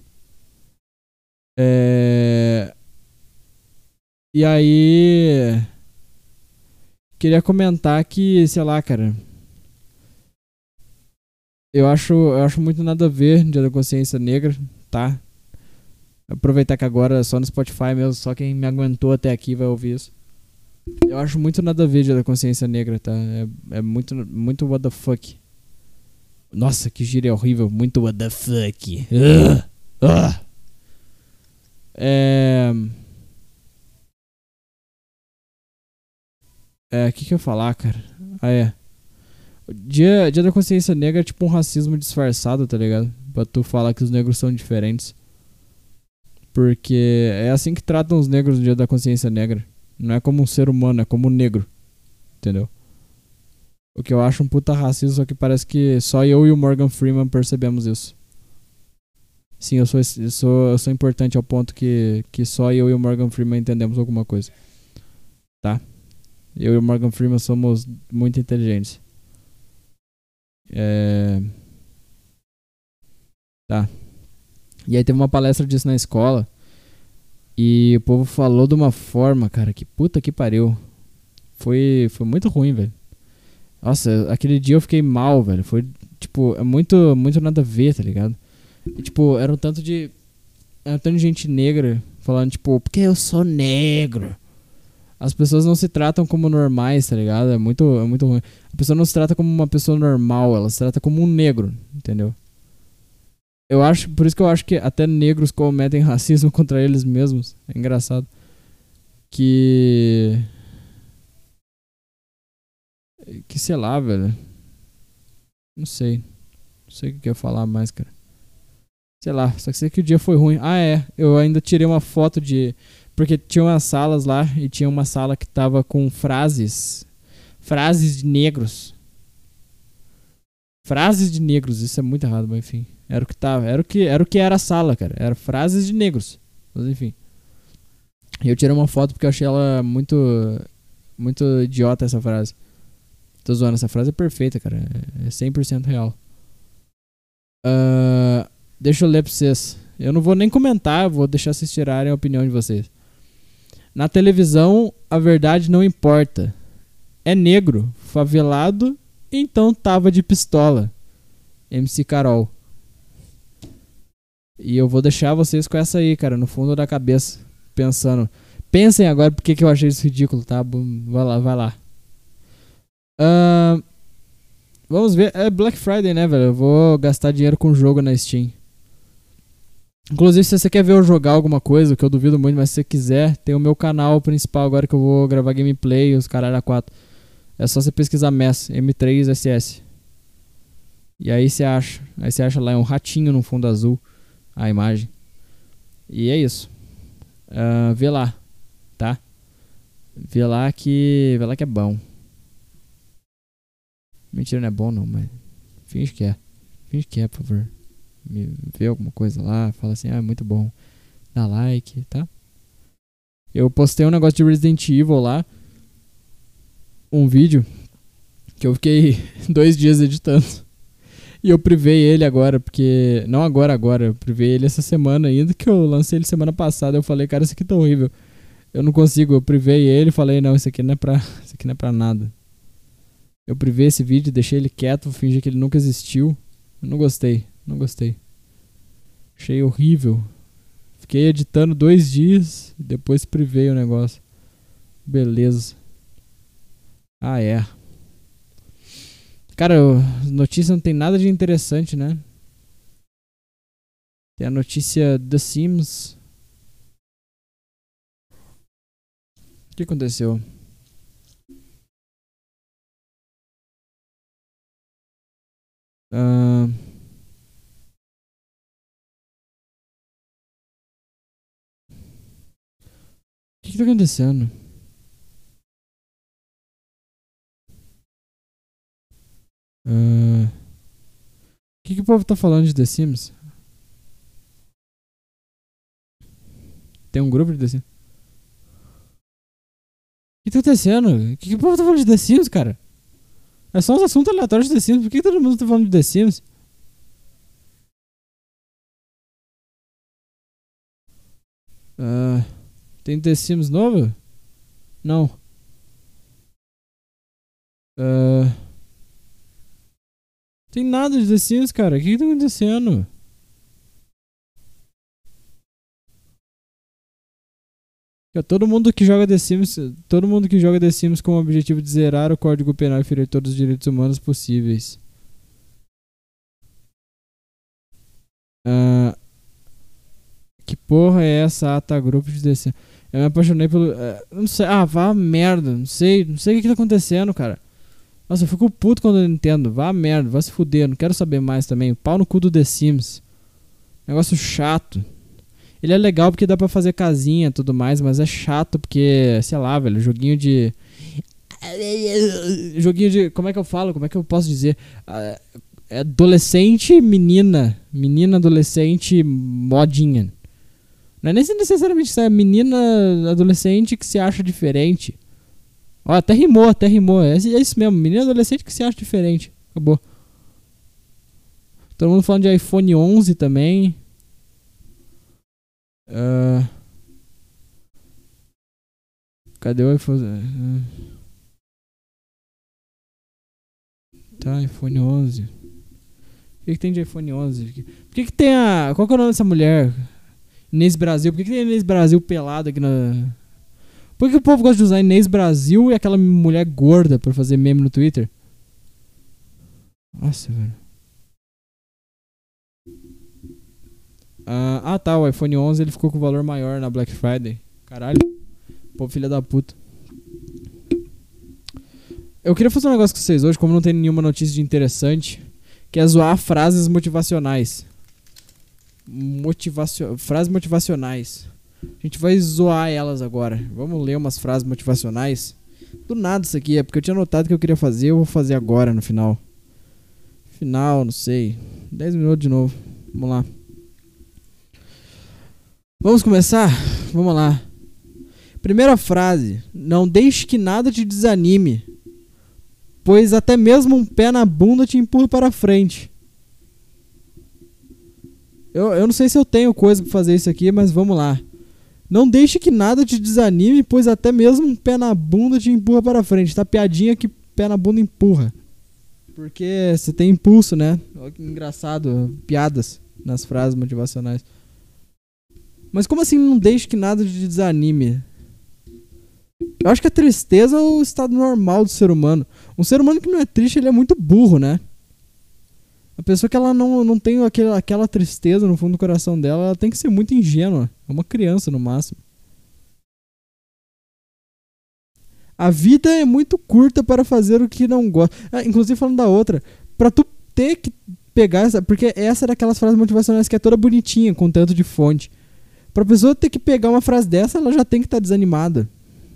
É... E aí... Queria comentar que, sei lá, cara... Eu acho, eu acho muito nada a ver Dia da Consciência Negra, tá? Aproveitar que agora só no Spotify mesmo, só quem me aguentou até aqui vai ouvir isso. Eu acho muito nada a ver Dia da Consciência Negra, tá? É, é muito, muito what the fuck. Nossa, que gíria horrível. Muito what the fuck. Uh, uh. É... É, o que que eu ia falar, cara? Ah, é. Dia, dia da Consciência Negra é tipo um racismo disfarçado, tá ligado? Pra tu falar que os negros são diferentes. Porque é assim que tratam os negros no Dia da Consciência Negra. Não é como um ser humano, é como um negro. Entendeu? O que eu acho um puta racismo, só que parece que só eu e o Morgan Freeman percebemos isso. Sim, eu sou, eu sou, eu sou importante ao ponto que, que só eu e o Morgan Freeman entendemos alguma coisa. Tá? Eu e o Morgan Freeman somos muito inteligentes. É... Tá. E aí teve uma palestra disso na escola. E o povo falou de uma forma, cara, que puta que pariu. Foi, foi muito ruim, velho. Nossa, aquele dia eu fiquei mal, velho. Foi, tipo, é muito, muito nada a ver, tá ligado? E, tipo, era um tanto de... Era um tanto de gente negra falando, tipo, porque eu sou negro. As pessoas não se tratam como normais, tá ligado? É muito, é muito ruim. A pessoa não se trata como uma pessoa normal, ela se trata como um negro, entendeu? Eu acho, por isso que eu acho que até negros cometem racismo contra eles mesmos. É engraçado. Que... Que sei lá, velho. Não sei. Não sei o que eu ia falar mais, cara. Sei lá, só que sei que o dia foi ruim. Ah, é. Eu ainda tirei uma foto de... Porque tinha umas salas lá e tinha uma sala que tava com frases. Frases de negros. Frases de negros. Isso é muito errado, mas enfim. Era o que tava. Era o que era, o que era a sala, cara. Era frases de negros. Mas enfim. E eu tirei uma foto porque eu achei ela muito... Muito idiota essa frase. Tô zoando, essa frase é perfeita, cara. É cem por cento real. Uh, deixa eu ler pra vocês. Eu não vou nem comentar, vou deixar vocês tirarem a opinião de vocês. Na televisão, a verdade não importa. É negro, favelado, então tava de pistola. M C Carol. E eu vou deixar vocês com essa aí, cara, no fundo da cabeça. Pensando. Pensem agora por que eu achei isso ridículo, tá? Vai lá, vai lá. Uh, vamos ver. É Black Friday, né, velho? Eu vou gastar dinheiro com jogo na Steam. Inclusive, se você quer ver eu jogar alguma coisa, o que eu duvido muito, mas se você quiser, tem o meu canal principal agora que eu vou gravar gameplay, os caralho a quatro. É só você pesquisar M E S, M três S S. E aí você acha. Aí você acha lá, é um ratinho no fundo azul, a imagem. E é isso. Uh, vê lá, tá? Vê lá que. Vê lá que é bom. Mentira, não é bom não, mas finge que é. Finge que é, por favor. Me vê alguma coisa lá, fala assim, ah, é muito bom. Dá like, tá? Eu postei um negócio de Resident Evil lá. Um vídeo que eu fiquei dois dias editando. E eu privei ele agora, porque... Não agora, agora. Eu privei ele essa semana ainda, que eu lancei ele semana passada. Eu falei, cara, isso aqui tá horrível. Eu não consigo. Eu privei ele e falei, não, isso aqui não é pra... Isso aqui não é pra nada. Eu privei esse vídeo, deixei ele quieto, fingi que ele nunca existiu. Eu não gostei, não gostei. Achei horrível. Fiquei editando dois dias, depois privei o negócio. Beleza. Ah, é. Cara, notícia não tem nada de interessante, né? Tem a notícia The Sims. O que aconteceu? Uh... O que, que tá acontecendo? Uh... O que, que o povo tá falando de The Sims? Tem um grupo de The Sims? O que tá acontecendo? O que, que o povo tá falando de The Sims, cara? É só uns assuntos aleatórios de The Sims. Por que, que todo mundo tá falando de The Sims? Uh, tem The Sims novo? Não. Uh, tem nada de The Sims, cara. O que, que tá acontecendo? Todo mundo que joga The Sims, todo mundo que joga The Sims com o objetivo de zerar o Código Penal e ferir todos os direitos humanos possíveis. Uh, que porra é essa? Ah, tá, grupo de The Sims. Eu me apaixonei pelo... Uh, não sei, ah, vá merda. Não sei, não sei o que, que tá acontecendo, cara. Nossa, eu fico puto quando eu entendo. Vá merda, vá se fuder. Não quero saber mais também. Pau no cu do The Sims. Negócio chato. Ele é legal porque dá pra fazer casinha e tudo mais, mas é chato porque, sei lá, velho, joguinho de... Joguinho de... Como é que eu falo? Como é que eu posso dizer? É adolescente, menina. Menina, adolescente, modinha. Não é nem necessariamente isso, é menina, adolescente que se acha diferente. Ó, até rimou, até rimou. É, é isso mesmo, menino adolescente que se acha diferente. Acabou. Todo mundo falando de iPhone onze também. Uh, cadê o iPhone? Uh, tá, iPhone onze. O que, que tem de iPhone onze? Por que, que tem a... Qual que é o nome dessa mulher? Inês Brasil. Por que, que tem a Inês Brasil pelada aqui na... Por que o povo gosta de usar Inês Brasil e aquela mulher gorda pra fazer meme no Twitter? Nossa, velho. Ah, ah, tá, o iPhone onze ele ficou com valor maior na Black Friday. Caralho. Pô, filha da puta. Eu queria fazer um negócio com vocês hoje, como não tem nenhuma notícia de interessante, que é zoar frases motivacionais. Motivacio... Frases motivacionais. A gente vai zoar elas agora. Vamos ler umas frases motivacionais. Do nada isso aqui, é porque eu tinha notado que eu queria fazer, eu vou fazer agora no final. Final, não sei. dez minutos de novo. Vamos lá. Vamos começar? Vamos lá. Primeira frase. Não deixe que nada te desanime, pois até mesmo um pé na bunda te empurra para frente. Eu, eu não sei se eu tenho coisa pra fazer isso aqui, mas vamos lá. Não deixe que nada te desanime, pois até mesmo um pé na bunda te empurra para frente. Tá piadinha que pé na bunda empurra. Porque você tem impulso, né? Olha que engraçado. Piadas nas frases motivacionais. Mas como assim não deixe que nada te desanime? Eu acho que a tristeza é o estado normal do ser humano. Um ser humano que não é triste, ele é muito burro, né? A pessoa que ela não, não tem aquele, aquela tristeza no fundo do coração dela, ela tem que ser muito ingênua. É uma criança no máximo. A vida é muito curta para fazer o que não gosta. Ah, inclusive falando da outra, pra tu ter que pegar essa... Porque essa é daquelas frases motivacionais que é toda bonitinha, com tanto de fonte. Pra pessoa ter que pegar uma frase dessa, ela já tem que estar desanimada.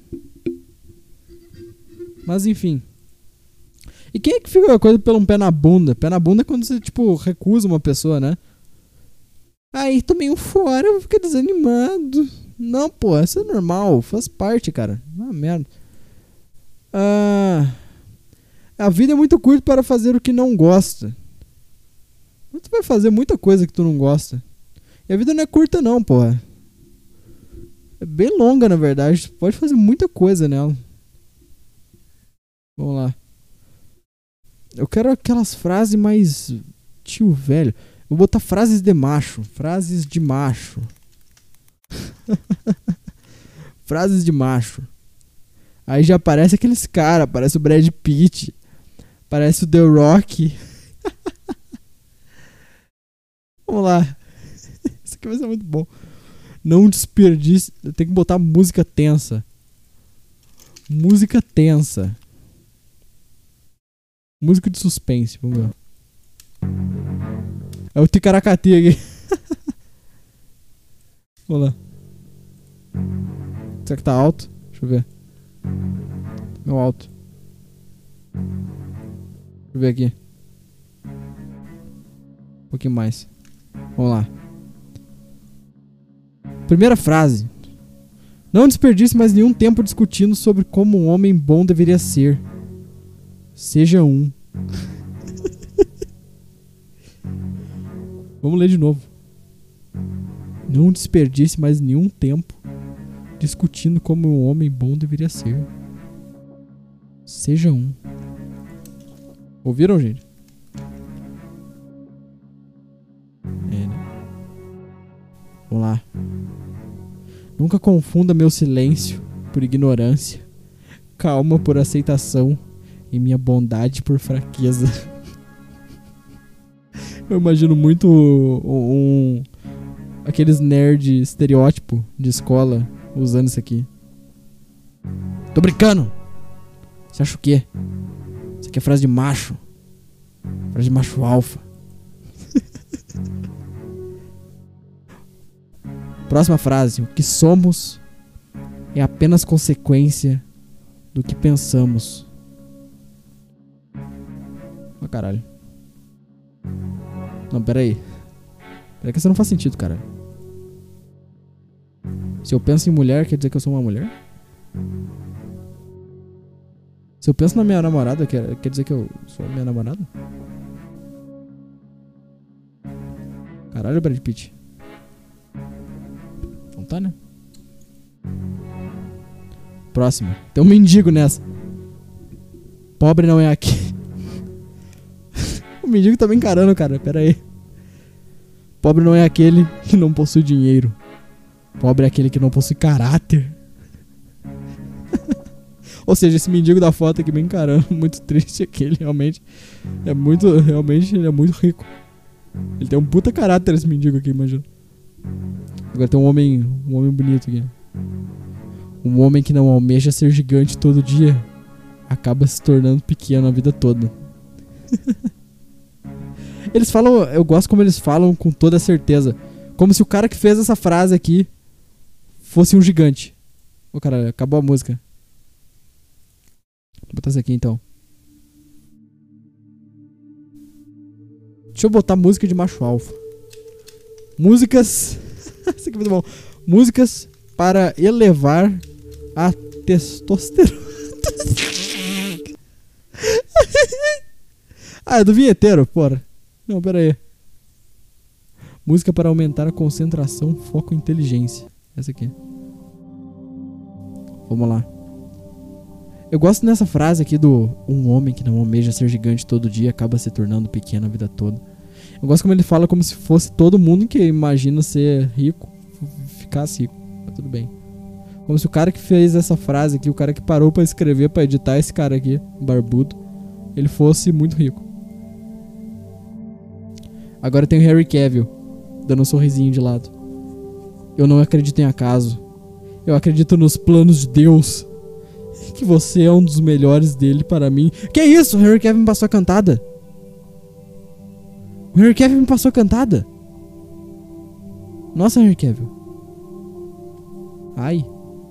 Mas enfim. E quem é que fica a coisa pelo um pé na bunda? Pé na bunda é quando você, tipo, recusa uma pessoa, né? Aí tomei um fora, eu vou ficar desanimado. Não, pô, isso é normal, faz parte, cara. Ah, merda. Ah, a vida é muito curta para fazer o que não gosta. Mas tu vai fazer muita coisa que tu não gosta. E a vida não é curta não, pô. É bem longa, na verdade. Tu pode fazer muita coisa nela. Vamos lá. Eu quero aquelas frases mais... Tio velho. Vou botar frases de macho. Frases de macho. Frases de macho. Aí já aparece aqueles caras. Aparece o Brad Pitt. Aparece o The Rock. Vamos lá. Isso aqui vai ser muito bom. Não desperdice. Tem que botar música tensa. Música tensa. Música de suspense. Vamos ver. É o Ticaracati aqui. Vamos lá. Será que tá alto? Deixa eu ver. Meu alto. Deixa eu ver aqui. Um pouquinho mais. Vamos lá. Primeira frase. Não desperdice mais nenhum tempo discutindo sobre como um homem bom deveria ser. Seja um. Vamos ler de novo. Não desperdice mais nenhum tempo discutindo como um homem bom deveria ser. Seja um. Ouviram, gente? É, né? Vamos lá. Nunca confunda meu silêncio por ignorância, calma por aceitação e minha bondade por fraqueza. Eu imagino muito um, um aqueles nerd estereótipo de escola usando isso aqui. Tô brincando. Você acha o quê? Isso aqui é frase de macho. Frase de macho alfa. Próxima frase. O que somos é apenas consequência do que pensamos. Ah, caralho. Não, pera aí. Pera que isso não faz sentido, cara. Se eu penso em mulher, quer dizer que eu sou uma mulher? Se eu penso na minha namorada, quer, quer dizer que eu sou minha namorada? Caralho, Brad Pitt. Não tá, né? Próxima. Tem um mendigo nessa. Pobre não é aqui. O mendigo tá me encarando, cara. Pera aí. Pobre não é aquele que não possui dinheiro. Pobre é aquele que não possui caráter. Ou seja, esse mendigo da foto aqui me encarando. Muito triste aquele, realmente. É muito, realmente, ele é muito rico. Ele tem um puta caráter, esse mendigo aqui, imagina. Agora tem um homem, um homem bonito aqui. Um homem que não almeja ser gigante todo dia acaba se tornando pequeno a vida toda. Eles falam, eu gosto como eles falam com toda certeza. Como se o cara que fez essa frase aqui fosse um gigante. Ô, caralho, acabou a música. Vou botar isso aqui então. Deixa eu botar música de macho alfa. Músicas. Isso aqui é muito bom. Músicas para elevar a testosterona. Ah, é do vinheteiro, porra. Não, pera aí. Música para aumentar a concentração, foco e inteligência. Essa aqui. Vamos lá. Eu gosto dessa frase aqui do um homem que não almeja ser gigante todo dia acaba se tornando pequeno a vida toda. Eu gosto como ele fala como se fosse todo mundo que imagina ser rico ficasse rico. Mas tudo bem. Como se o cara que fez essa frase aqui, o cara que parou pra escrever, pra editar esse cara aqui, barbudo, ele fosse muito rico. Agora tem o Henry Cavill, dando um sorrisinho de lado. Eu não acredito em acaso. Eu acredito nos planos de Deus. Que você é um dos melhores dele para mim. Que isso? O Henry Cavill me passou a cantada. O Henry Cavill me passou a cantada. Nossa, Henry Cavill. Ai.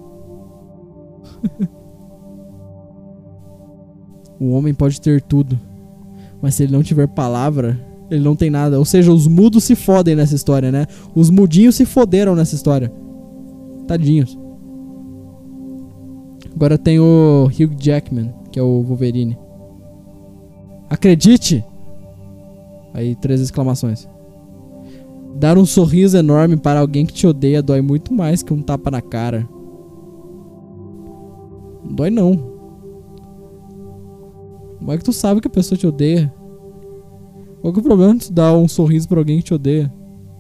O homem pode ter tudo, mas se ele não tiver palavra, ele não tem nada. Ou seja, os mudos se fodem nessa história, né? Os mudinhos se foderam nessa história. Tadinhos. Agora tem o Hugh Jackman, que é o Wolverine. Acredite! Aí, três exclamações. Dar um sorriso enorme para alguém que te odeia dói muito mais que um tapa na cara. Não dói não. Como é que tu sabe que a pessoa te odeia? Qual que é o problema de tu dar um sorriso pra alguém que te odeia?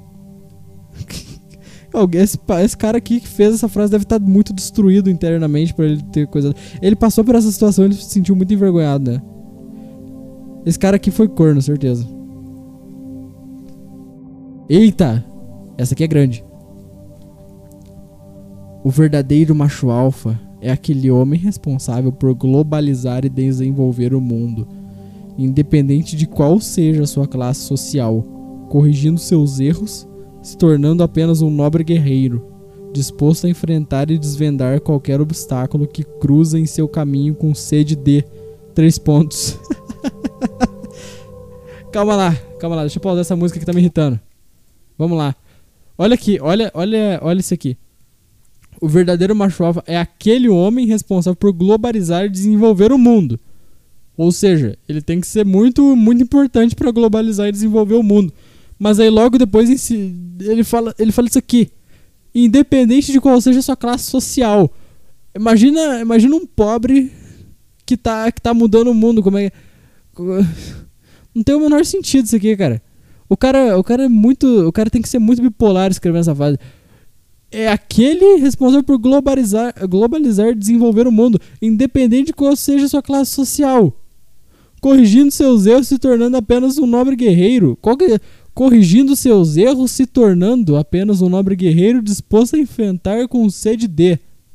Esse, esse cara aqui que fez essa frase deve estar muito destruído internamente pra ele ter coisa. Ele passou por essa situação e ele se sentiu muito envergonhado, né? Esse cara aqui foi corno, certeza. Eita! Essa aqui é grande. O verdadeiro macho alfa é aquele homem responsável por globalizar e desenvolver o mundo, independente de qual seja a sua classe social, corrigindo seus erros, se tornando apenas um nobre guerreiro, disposto a enfrentar e desvendar qualquer obstáculo que cruza em seu caminho com sede de três pontos. Calma lá, calma lá, deixa eu pausar essa música que tá me irritando. Vamos lá. Olha aqui, olha, olha, olha isso aqui. O verdadeiro macho alfa é aquele homem responsável por globalizar e desenvolver o mundo. Ou seja, ele tem que ser muito, muito importante para globalizar e desenvolver o mundo. Mas aí logo depois ele fala, ele fala isso aqui. Independente de qual seja a sua classe social. Imagina, imagina um pobre que tá, que tá mudando o mundo. Como é, não tem o menor sentido isso aqui, cara. O cara, o cara é muito, o cara tem que ser muito bipolar escrevendo essa frase. É aquele responsável por globalizar, globalizar e desenvolver o mundo, independente de qual seja a sua classe social. Corrigindo seus erros, se tornando apenas um nobre guerreiro. Qual que é? Corrigindo seus erros, se tornando apenas um nobre guerreiro disposto a enfrentar com sede de.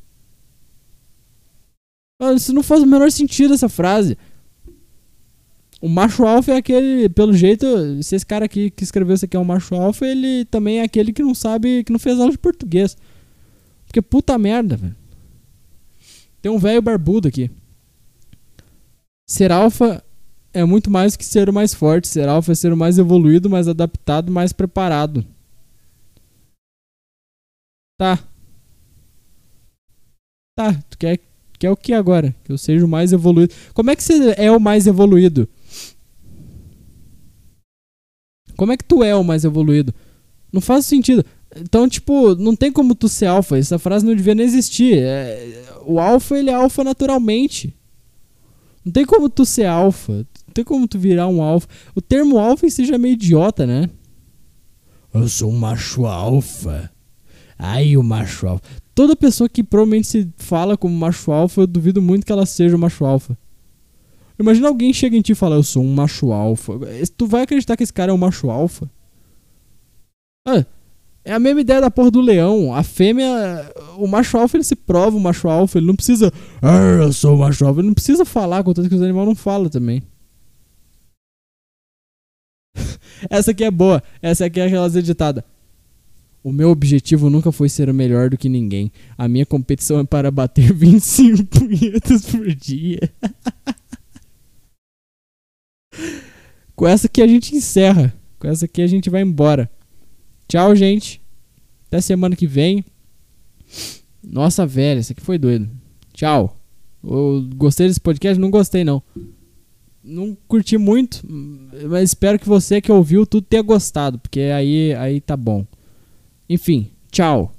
Isso não faz o menor sentido, essa frase. O macho alfa é aquele, pelo jeito, se esse cara aqui que escreveu isso aqui é um macho alfa, ele também é aquele que não sabe, que não fez aula de português. Porque puta merda, velho. Tem um velho barbudo aqui. Ser alfa é muito mais que ser o mais forte. Ser alfa é ser o mais evoluído, mais adaptado, mais preparado. Tá. Tá, tu quer, quer o que agora? Que eu seja o mais evoluído. Como é que você é o mais evoluído? Como é que tu é o mais evoluído? Não faz sentido. Então, tipo, não tem como tu ser alfa. Essa frase não devia nem existir. É, o alfa, ele é alfa naturalmente. Não tem como tu ser alfa. Não tem como tu virar um alfa. O termo alfa em si já é meio idiota, né? Eu sou um macho alfa. Ai, o macho alfa. Toda pessoa que provavelmente se fala como macho alfa, eu duvido muito que ela seja um macho alfa. Imagina alguém chega em ti e fala, eu sou um macho alfa. Tu vai acreditar que esse cara é um macho alfa? Ah, é a mesma ideia da porra do leão. A fêmea, o macho alfa, ele se prova o macho alfa. Ele não precisa, ah, eu sou o macho alfa. Ele não precisa falar, contanto que os animais não falam também. Essa aqui é boa. Essa aqui é aquelas editadas. O meu objetivo nunca foi ser o melhor do que ninguém. A minha competição é para bater vinte e cinco punhetas por dia. Com essa aqui a gente encerra. Com essa aqui a gente vai embora. Tchau, gente. Até semana que vem. Nossa, velho, esse aqui foi doido. Tchau. Eu gostei desse podcast? Não gostei, não. Não curti muito, mas espero que você que ouviu tudo tenha gostado, porque aí, aí tá bom. Enfim, tchau.